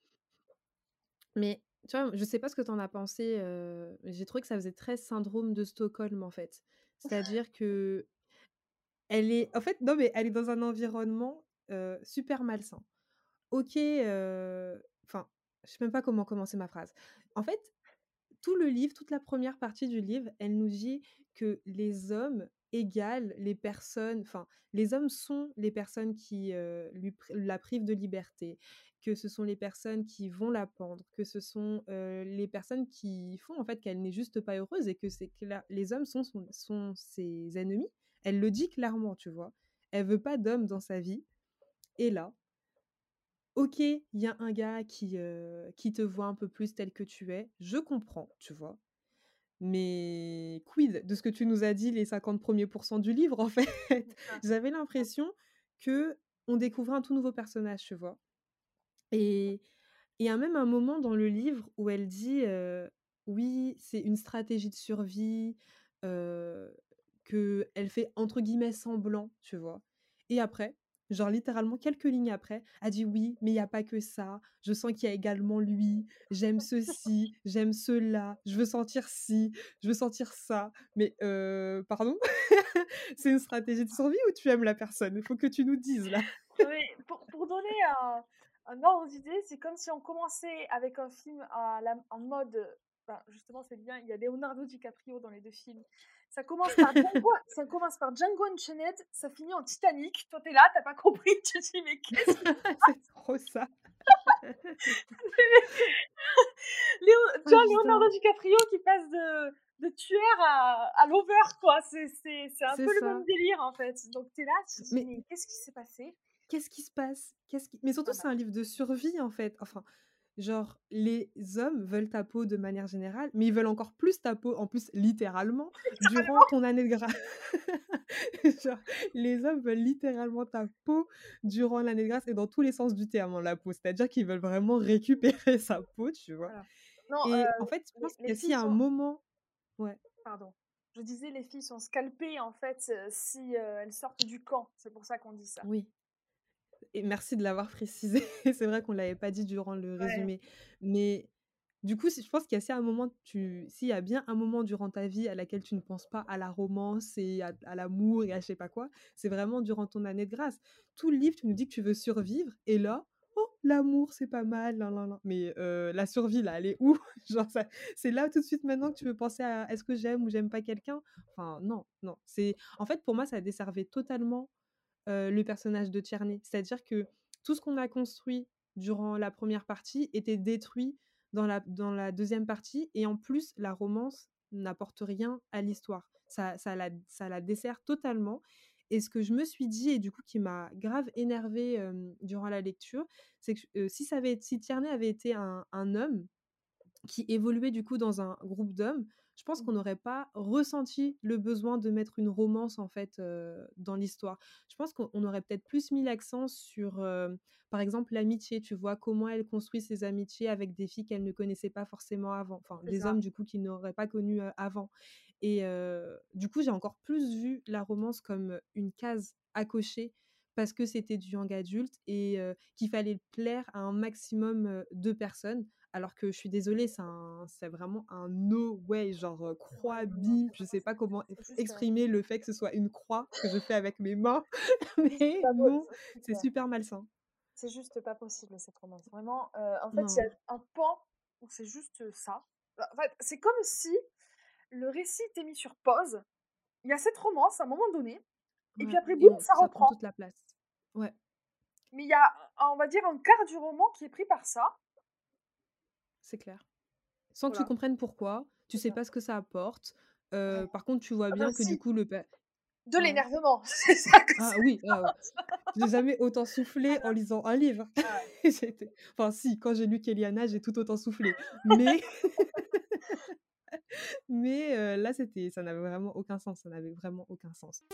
Mais tu vois, je sais pas ce que tu en as pensé, heu, j'ai trouvé que ça faisait très syndrome de Stockholm, en fait. C'est-à-dire qu'elle est en fait, non, mais elle est dans un environnement heu, super malsain. OK, heu, enfin, je sais même pas comment commencer ma phrase. En fait, tout le livre, toute la première partie du livre, elle nous dit que les hommes égalent les personnes enfin, les hommes sont les personnes qui, heu, lui pri la privent de liberté, que ce sont les personnes qui vont la pendre, que ce sont, heu, les personnes qui font en fait qu'elle n'est juste pas heureuse et que c'est cla les hommes sont son sont ses ennemis. Elle le dit clairement, tu vois? Elle veut pas d'homme dans sa vie et là, OK, il y a un gars qui, heu, qui te voit un peu plus tel que tu es, je comprends, tu vois? Mais quid de ce que tu nous as dit les cinquante premiers pourcents du livre, en fait? C'est ça. J'avais l'impression qu'on découvrait un tout nouveau personnage, tu vois? Et il y a même un moment dans le livre où elle dit, heu, oui, c'est une stratégie de survie, heu, qu'elle fait entre guillemets «semblant», tu vois? Et après, genre littéralement quelques lignes après, elle dit: «Oui, mais il y a pas que ça, je sens qu'il y a également lui, j'aime ceci, j'aime cela, je veux sentir ci, je veux sentir ça». Mais heu, pardon? C'est une stratégie de survie ou tu aimes la personne? Il faut que tu nous dises là. Mais pour, pour donner un, un ordre d'idée, c'est comme si on commençait avec un film à la, en mode. Enfin, justement, c'est bien, il y a Leonardo DiCaprio dans les deux films. Ça commence par Django, ça commence par Django Unchained, ça finit en Titanic. Toi, t'es là, t'as pas compris, tu te dis, mais qu'est-ce qui. C'est trop ça. Léo- Ah John Leonardo putain, DiCaprio qui passe de, de tueur à, à lover, quoi. C'est, c'est, c'est un c'est peu le même ça. délire, en fait. Donc, t'es là, tu te dis, Mais mais qu'est-ce qui s'est passé? qu'est-ce qui se passe? Qu'est-ce qui mais surtout, Voilà. c'est un livre de survie, en fait. Enfin, genre, les hommes veulent ta peau de manière générale, mais ils veulent encore plus ta peau, en plus littéralement, durant ton année de grâce. Genre, les hommes veulent littéralement ta peau durant l'année de grâce et dans tous les sens du terme, hein, la peau. C'est-à-dire qu'ils veulent vraiment récupérer sa peau, tu vois? Voilà. Non, Et en euh, fait, je les, pense qu'il les y a aussi filles un sont. moment ouais, Pardon. Je disais, les filles sont scalpées, en fait, euh, si euh, elles sortent du camp. C'est pour ça qu'on dit ça. oui. Et merci de l'avoir précisé. C'est vrai qu'on l'avait pas dit durant le Ouais, résumé. Mais du coup, si je pense qu'il y a aussi un moment, tu s'il y a bien un moment durant ta vie à laquelle tu ne penses pas à la romance et à à l'amour et à je sais pas quoi, c'est vraiment durant ton année de grâce. Tout le livre, tu nous dis que tu veux survivre et là: «Oh, l'amour, c'est pas mal, nin nin nin». Mais heu, la survie là, elle est où? Genre ça c'est là tout de suite maintenant que tu veux penser à: «Est-ce que j'aime ou j'aime pas quelqu'un?» Enfin non, non. C'est en fait, pour moi, ça desservait totalement heu, le personnage de Tierney. C'est-à-dire que tout ce qu'on a construit durant la première partie était détruit dans la dans la deuxième partie et en plus, la romance n'apporte rien à l'histoire. Ça ça la ça la dessert totalement et ce que je me suis dit et du coup qui m'a grave énervée, hem, durant la lecture, c'est que, heu, si ça avait si Tierney avait été un un homme qui évoluait du coup dans un groupe d'hommes, je pense qu'on mhm, n'aurait pas ressenti le besoin de mettre une romance en fait, heu, dans l'histoire. Je pense qu'on on aurait peut-être plus mis l'accent sur, heu, par exemple l'amitié, tu vois? Comment elle construit ses amitiés avec des filles qu'elle ne connaissait pas forcément avant, enfin c'est des ça. hommes du coup qu'il n'aurait pas connus, heu, avant et heu, du coup j'ai encore plus vu la romance comme, une case à cocher parce que c'était du young adulte et heu, qu'il fallait plaire à un maximum, heu, de personnes alors que je suis désolée, c'est un c'est vraiment un no way, genre, heu, Ouais, croix, non, non, bim, c'est je pas sais pas possible. comment C'est ex juste, euh, exprimer le fait que ce soit une croix que je fais avec mes mains, c'est juste mais pas beau- non, c'est c'est c'est- super malsain. c'est juste pas possible cette romance. Vraiment, euh, en fait, il y a Non, un pan où c'est juste ça. En fait, c'est comme si le récit était mis sur pause. Il y a cette romance à un moment donné, et puis ouais après, et boum, on ça ça prend reprend. toute la place. Ouais, Mais il y a, on va dire, un quart du roman qui est pris par ça. c'est clair. Sans que tu Voilà, comprennes pourquoi, tu c'est sais ça. pas ce que ça apporte, heu, Rien. par contre, tu vois Ah ben bien que du si, coup le pe de ouais. l'énervement, c'est ça que Ah ça oui, ah, j'ai jamais autant soufflé en voilà. lisant un livre. Ah ouais. J'étais enfin si, quand j'ai lu Kéliana, j'ai tout autant soufflé, mais Mais heu, là, c'était ça n'avait vraiment aucun sens, ça n'avait vraiment aucun sens.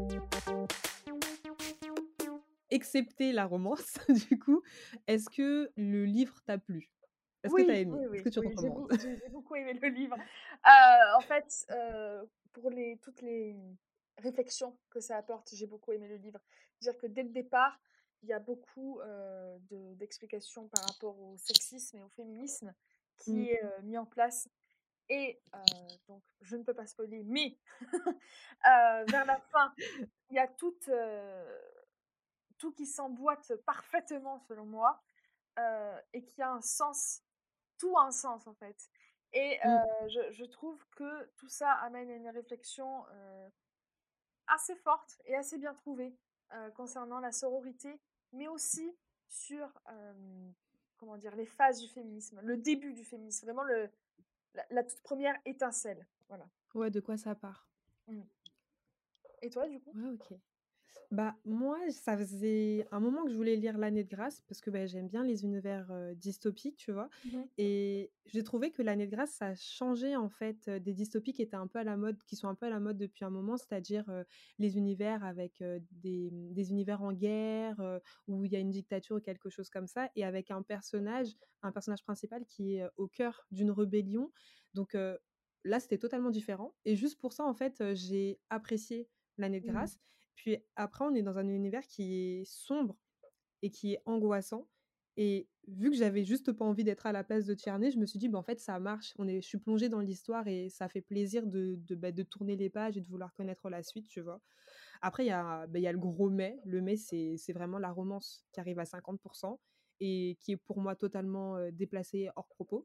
Excepté la romance, du coup, est-ce que le livre t'a plu? Est-ce que tu as Oui, aimé? oui, Est-ce oui, que tu oui, j'ai beau recommandes? j'ai j'ai beaucoup aimé le livre. Heu, en fait, heu, pour les toutes les réflexions que ça apporte, j'ai beaucoup aimé le livre. Dire que dès le départ, il y a beaucoup, heu, de d'explications par rapport au sexisme et au féminisme Mmh. qui est, heu, mis en place et heu, donc je ne peux pas spoiler, mais heu, vers la fin, il y a toute, heu tout qui s'emboîte parfaitement selon moi, heu, et qui a un sens. Tout a un sens en fait. Et Mmh. heu, je je trouve que tout ça amène à une réflexion, heu, assez forte et assez bien trouvée, heu, concernant la sororité, mais aussi sur, hem, comment dire? Les phases du féminisme, le début du féminisme, vraiment le la la toute première étincelle, voilà. Ouais, de quoi ça part? Mmh. Et toi, du coup? Ouais, OK. Bah, moi, ça faisait un moment que je voulais lire L'Année de grâce parce que, bah, j'aime bien les univers, heu, dystopiques, tu vois? Mmh mh. Et j'ai trouvé que L'Année de grâce, ça a changé, en fait, heu, des dystopies qui étaient un peu à la mode qui sont un peu à la mode depuis un moment, c'est-à-dire, heu, les univers avec, heu, des, mmh, des univers en guerre, heu, où il y a une dictature ou quelque chose comme ça et avec un personnage un personnage principal qui est, heu, au cœur d'une rébellion. Donc, heu, là, c'était totalement différent et juste pour ça, en fait, heu, j'ai apprécié L'Année de Mmh. grâce. Puis après, on est dans un univers qui est sombre et qui est angoissant et vu que j'avais juste pas envie d'être à la place de Tierney, je me suis dit: «Bah, en fait, ça marche». On est je suis plongée dans l'histoire et ça fait plaisir de de, bah, de tourner les pages et de vouloir connaître la suite, tu vois? Après, il y a, bah, il y a le gros mais. Le mais, c'est c'est vraiment la romance qui arrive à cinquante et qui est pour moi totalement, heu, déplacée, hors propos.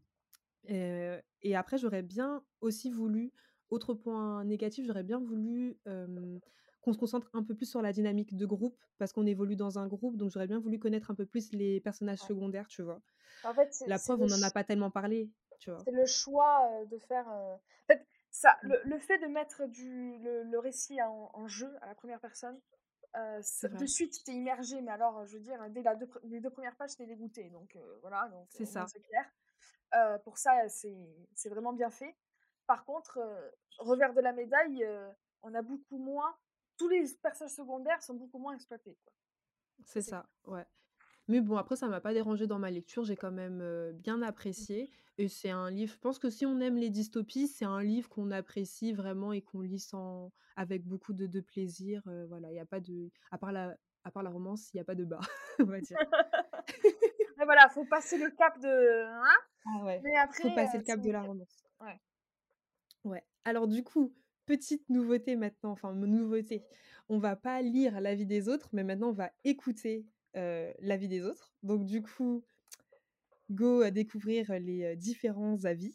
Heu et après j'aurais bien aussi voulu autre point négatif, j'aurais bien voulu, hem, qu'on se concentre un peu plus sur la dynamique de groupe parce qu'on évolue dans un groupe, donc j'aurais bien voulu connaître un peu plus les personnages Ouais. secondaires, tu vois? En fait, c'est La c'est preuve, le on n'en a ch pas tellement parlé, tu vois? c'est le choix, heu, de faire, heu en fait, ça Mmh, le le fait de mettre du le le récit en en jeu à la première personne, heu, c'est ç de vrai, suite, tu es immergé, mais alors, je veux dire, dès la deux pre les deux premières pages, tu es dégoûté, donc heu, voilà, donc c'est au moins ça. c'est clair. Heu, pour ça, c'est c'est vraiment bien fait. Par contre, heu, revers de la médaille, heu, on a beaucoup moins tous les personnages secondaires sont beaucoup moins exploités, quoi. Ça, C'est c'est ça, clair. ouais. Mais bon, après ça m'a pas dérangée dans ma lecture, j'ai quand même, heu, bien apprécié et c'est un livre je pense que si on aime les dystopies, c'est un livre qu'on apprécie vraiment et qu'on lit sans avec beaucoup de de plaisir, heu, voilà, il y a pas de à part la à part la romance, il y a pas de bas, on va dire. Ouais, voilà, faut passer le cap de hein, Ah ouais, mais faut après, passer heu, le c'est cap de la nickel. romance. Ouais. Ouais. Alors du coup, petite nouveauté maintenant, enfin m nouveauté, on va pas lire l'avis des autres, mais maintenant on va écouter, heu, l'avis des autres. Donc du coup, go, heu, découvrir les, heu, différents avis.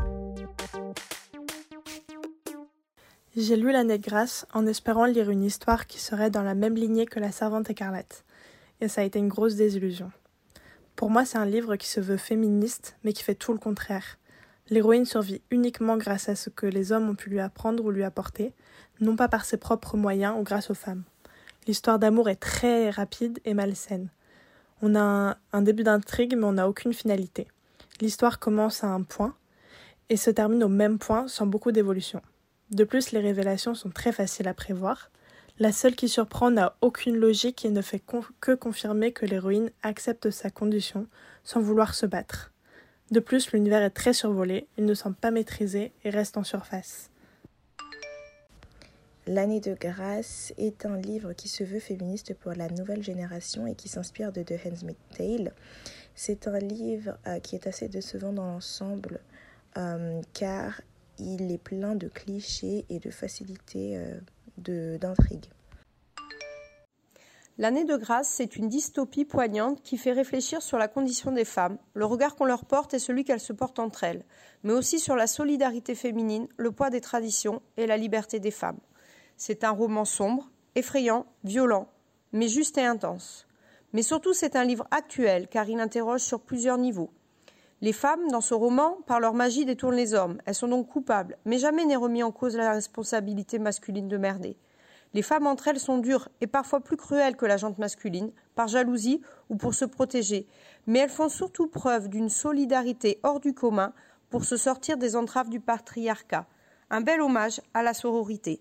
J'ai lu L'Année de grâce en espérant lire une histoire qui serait dans la même lignée que La Servante écarlate. Et ça a été une grosse désillusion. Pour moi, c'est un livre qui se veut féministe, mais qui fait tout le contraire. L'héroïne survit uniquement grâce à ce que les hommes ont pu lui apprendre ou lui apporter, non pas par ses propres moyens ou grâce aux femmes. L'histoire d'amour est très rapide et malsaine. On a un, un début d'intrigue, mais on n'a aucune finalité. L'histoire commence à un point et se termine au même point sans beaucoup d'évolution. De plus, les révélations sont très faciles à prévoir. La seule qui surprend n'a aucune logique et ne fait con- que confirmer que l'héroïne accepte sa condition sans vouloir se battre. De plus, l'univers est très survolé, il ne semble pas maîtrisé et reste en surface. L'Année de grâce est un livre qui se veut féministe pour la nouvelle génération et qui s'inspire de The Handmaid's Tale. C'est un livre euh, qui est assez décevant dans l'ensemble euh, car il est plein de clichés et de facilités euh, de, d'intrigue. L'Année de grâce, c'est une dystopie poignante qui fait réfléchir sur la condition des femmes, le regard qu'on leur porte et celui qu'elles se portent entre elles, mais aussi sur la solidarité féminine, le poids des traditions et la liberté des femmes. C'est un roman sombre, effrayant, violent, mais juste et intense. Mais surtout, c'est un livre actuel car il interroge sur plusieurs niveaux. Les femmes, dans ce roman, par leur magie, détournent les hommes. Elles sont donc coupables, mais jamais n'est remis en cause la responsabilité masculine de merder. Les femmes entre elles sont dures et parfois plus cruelles que la gente masculine, par jalousie ou pour se protéger, mais elles font surtout preuve d'une solidarité hors du commun pour se sortir des entraves du patriarcat. Un bel hommage à la sororité.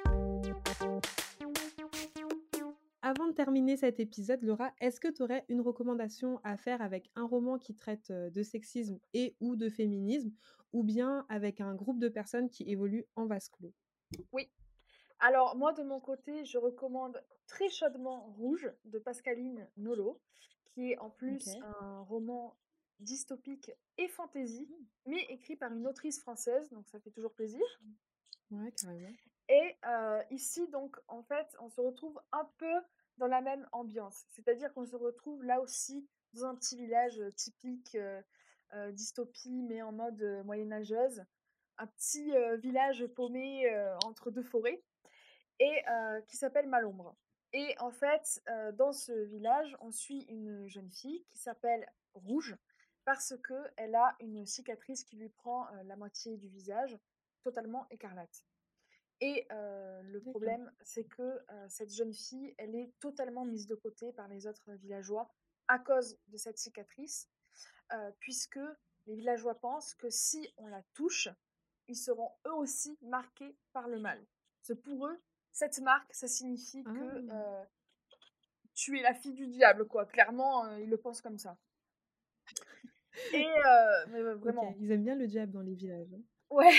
Avant de terminer cet épisode, Laura, est-ce que tu aurais une recommandation à faire avec un roman qui traite, heu, de sexisme et ou de féminisme ou bien avec un groupe de personnes qui évoluent en vase clos? Oui. Alors moi, de mon côté, je recommande très chaudement Rouge de Pascaline Nolo, qui est en plus OK. un roman dystopique et fantasy, Mmh. mais écrit par une autrice française, donc ça fait toujours plaisir. Ouais, carrément. Et heu, ici donc en fait, on se retrouve un peu dans la même ambiance. C'est-à-dire qu'on se retrouve là aussi dans un petit village euh, typique euh, euh, dystopie, mais en mode euh, moyenâgeuse. Un petit euh, village paumé euh, entre deux forêts et euh, qui s'appelle Malombre. Et en fait, euh, dans ce village, on suit une jeune fille qui s'appelle Rouge parce qu'elle a une cicatrice qui lui prend euh, la moitié du visage, totalement écarlate. Et euh, le D'accord. problème, c'est que euh, cette jeune fille, elle est totalement mise de côté par les autres villageois à cause de cette cicatrice, euh, puisque les villageois pensent que si on la touche, ils seront eux aussi marqués par le mal. C'est pour eux, cette marque, ça signifie Ah, que euh, tu es la fille du diable, quoi. Clairement, euh, ils le pensent comme ça. Et euh, mais euh, ok. vraiment, Ils aiment bien le diable dans les villages. hein. ouais.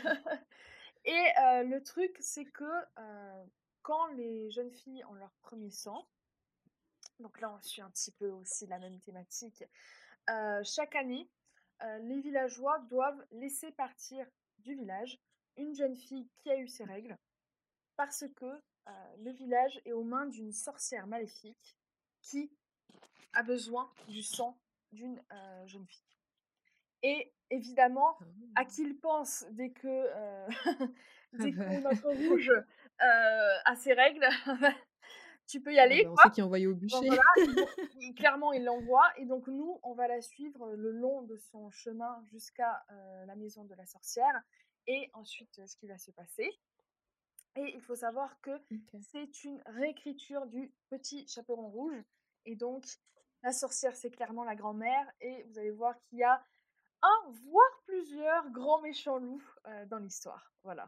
Et euh, le truc, c'est que euh, quand les jeunes filles ont leur premier sang, donc là on suit un petit peu aussi la même thématique, euh, chaque année, euh, les villageois doivent laisser partir du village une jeune fille qui a eu ses règles, parce que euh, le village est aux mains d'une sorcière maléfique qui a besoin du sang d'une euh, jeune fille. Et évidemment, Ah, à qui il pense dès que, euh, ah dès que bah, notre rouge euh, a ses règles, tu peux y ah aller, bah, on quoi. sait qui est envoyé au Donc bûcher. voilà, il- donc, il- clairement, il l'envoie. Et donc nous, on va la suivre le long de son chemin jusqu'à euh, la maison de la sorcière. Et ensuite, euh, ce qui va se passer. Et il faut savoir que Ok. c'est une réécriture du Petit Chaperon Rouge. Et donc, la sorcière, c'est clairement la grand-mère. Et vous allez voir qu'il y a un, voire plusieurs grands méchants loups euh, dans l'histoire. Voilà.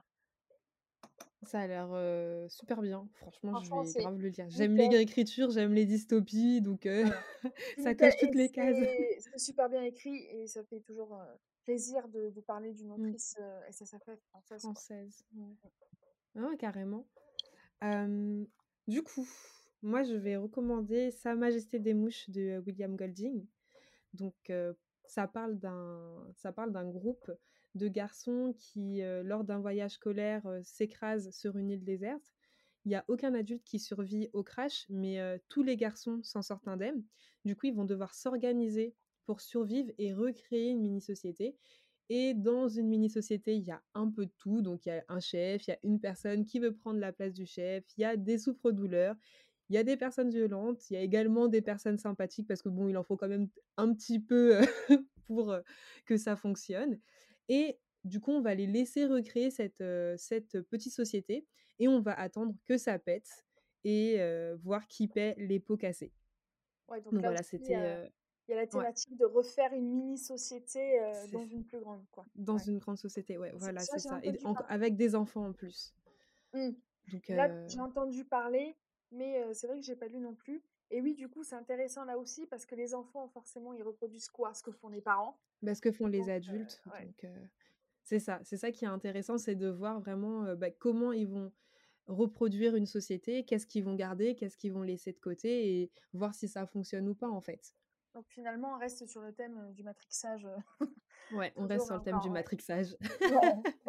Ça a l'air euh, super bien. Franchement, je Franchement, vais c'est grave le lire. J'aime les nickel. réécritures, j'aime les dystopies, donc euh, Voilà. C'est ça nickel. coche Et toutes les cases. c'est c'est super bien écrit. Et ça fait toujours euh, plaisir de, de parler d'une Mm, autrice euh, S S F F française, quoi. Française. Ouais. Ah, carrément. Euh, du coup, moi, je vais recommander Sa Majesté des Mouches de euh, William Golding. Donc, euh, ça parle d'un, ça parle d'un groupe de garçons qui, euh, lors d'un voyage scolaire, euh, s'écrasent sur une île déserte. Il n'y a aucun adulte qui survit au crash, mais euh, tous les garçons s'en sortent indemnes. Du coup, ils vont devoir s'organiser pour survivre et recréer une mini-société. Et dans une mini-société, il y a un peu de tout. Donc, il y a un chef, il y a une personne qui veut prendre la place du chef, il y a des souffres-douleurs, il y a des personnes violentes, il y a également des personnes sympathiques parce que bon, il en faut quand même un petit peu euh, pour euh, que ça fonctionne. Et du coup, on va les laisser recréer cette, euh, cette petite société et on va attendre que ça pète et euh, voir qui paie les pots cassés. Ouais, donc Donc là voilà, aussi, c'était euh, euh, il y a la ouais, thématique de refaire une mini-société euh, c'est dans une plus grande, quoi. dans Ouais. une grande société. Ouais, C'est- voilà, Ça, c'est j'ai ça. Et entendu en- parler. avec des enfants en plus. Hmm. Donc Là, euh, j'ai entendu parler, mais euh, c'est vrai que j'ai pas lu non plus. Et oui, du coup, c'est intéressant là aussi parce que les enfants, forcément, ils reproduisent quoi? Ce que font les parents. bah, ce que font les Donc, adultes. euh, ouais. Donc euh, c'est ça, c'est ça qui est intéressant, c'est de voir vraiment euh, bah, comment ils vont reproduire une société, qu'est-ce qu'ils vont garder, qu'est-ce qu'ils vont laisser de côté et voir si ça fonctionne ou pas en fait. Donc finalement, on reste sur le thème euh, du matrixage. euh, Ouais, on reste Toujours et sur le thème du encore, ouais. matrixage. Ouais.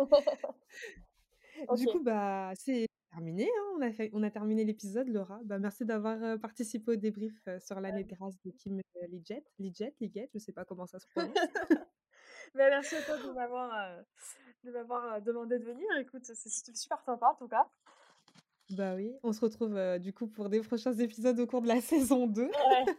Ok. Du coup, bah, c'est terminé, hein, on a fait, on a terminé l'épisode, Laura. Bah, merci d'avoir euh, participé au débrief euh, sur l'année de grâce de Kim euh, Liggett, Liggett, Liggett, je sais pas comment ça se prononce. Mais merci à toi de m'avoir euh, de m'avoir euh, demandé de venir. Écoute, c'est c'était super sympa en tout cas. Bah oui, on se retrouve euh, du coup pour des prochains épisodes au cours de la saison deux. Ouais.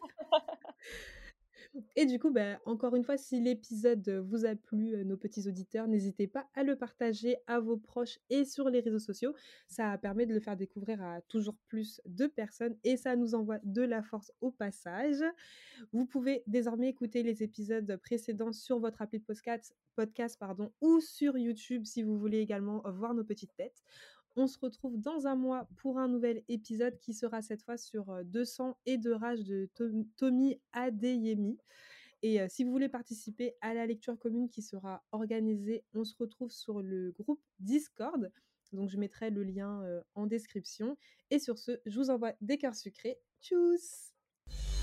Et du coup, bah, encore une fois, si l'épisode vous a plu, euh, nos petits auditeurs, n'hésitez pas à le partager à vos proches et sur les réseaux sociaux. Ça permet de le faire découvrir à toujours plus de personnes et ça nous envoie de la force au passage. Vous pouvez désormais écouter les épisodes précédents sur votre appli de podcast, podcast pardon, ou sur YouTube si vous voulez également voir nos petites têtes. On se retrouve dans un mois pour un nouvel épisode qui sera cette fois sur euh, deux cents et de rage de Tom- Tommy Adeyemi. Et euh, si vous voulez participer à la lecture commune qui sera organisée, on se retrouve sur le groupe Discord. Donc je mettrai le lien euh, en description. Et sur ce, je vous envoie des cœurs sucrés. Tchuss!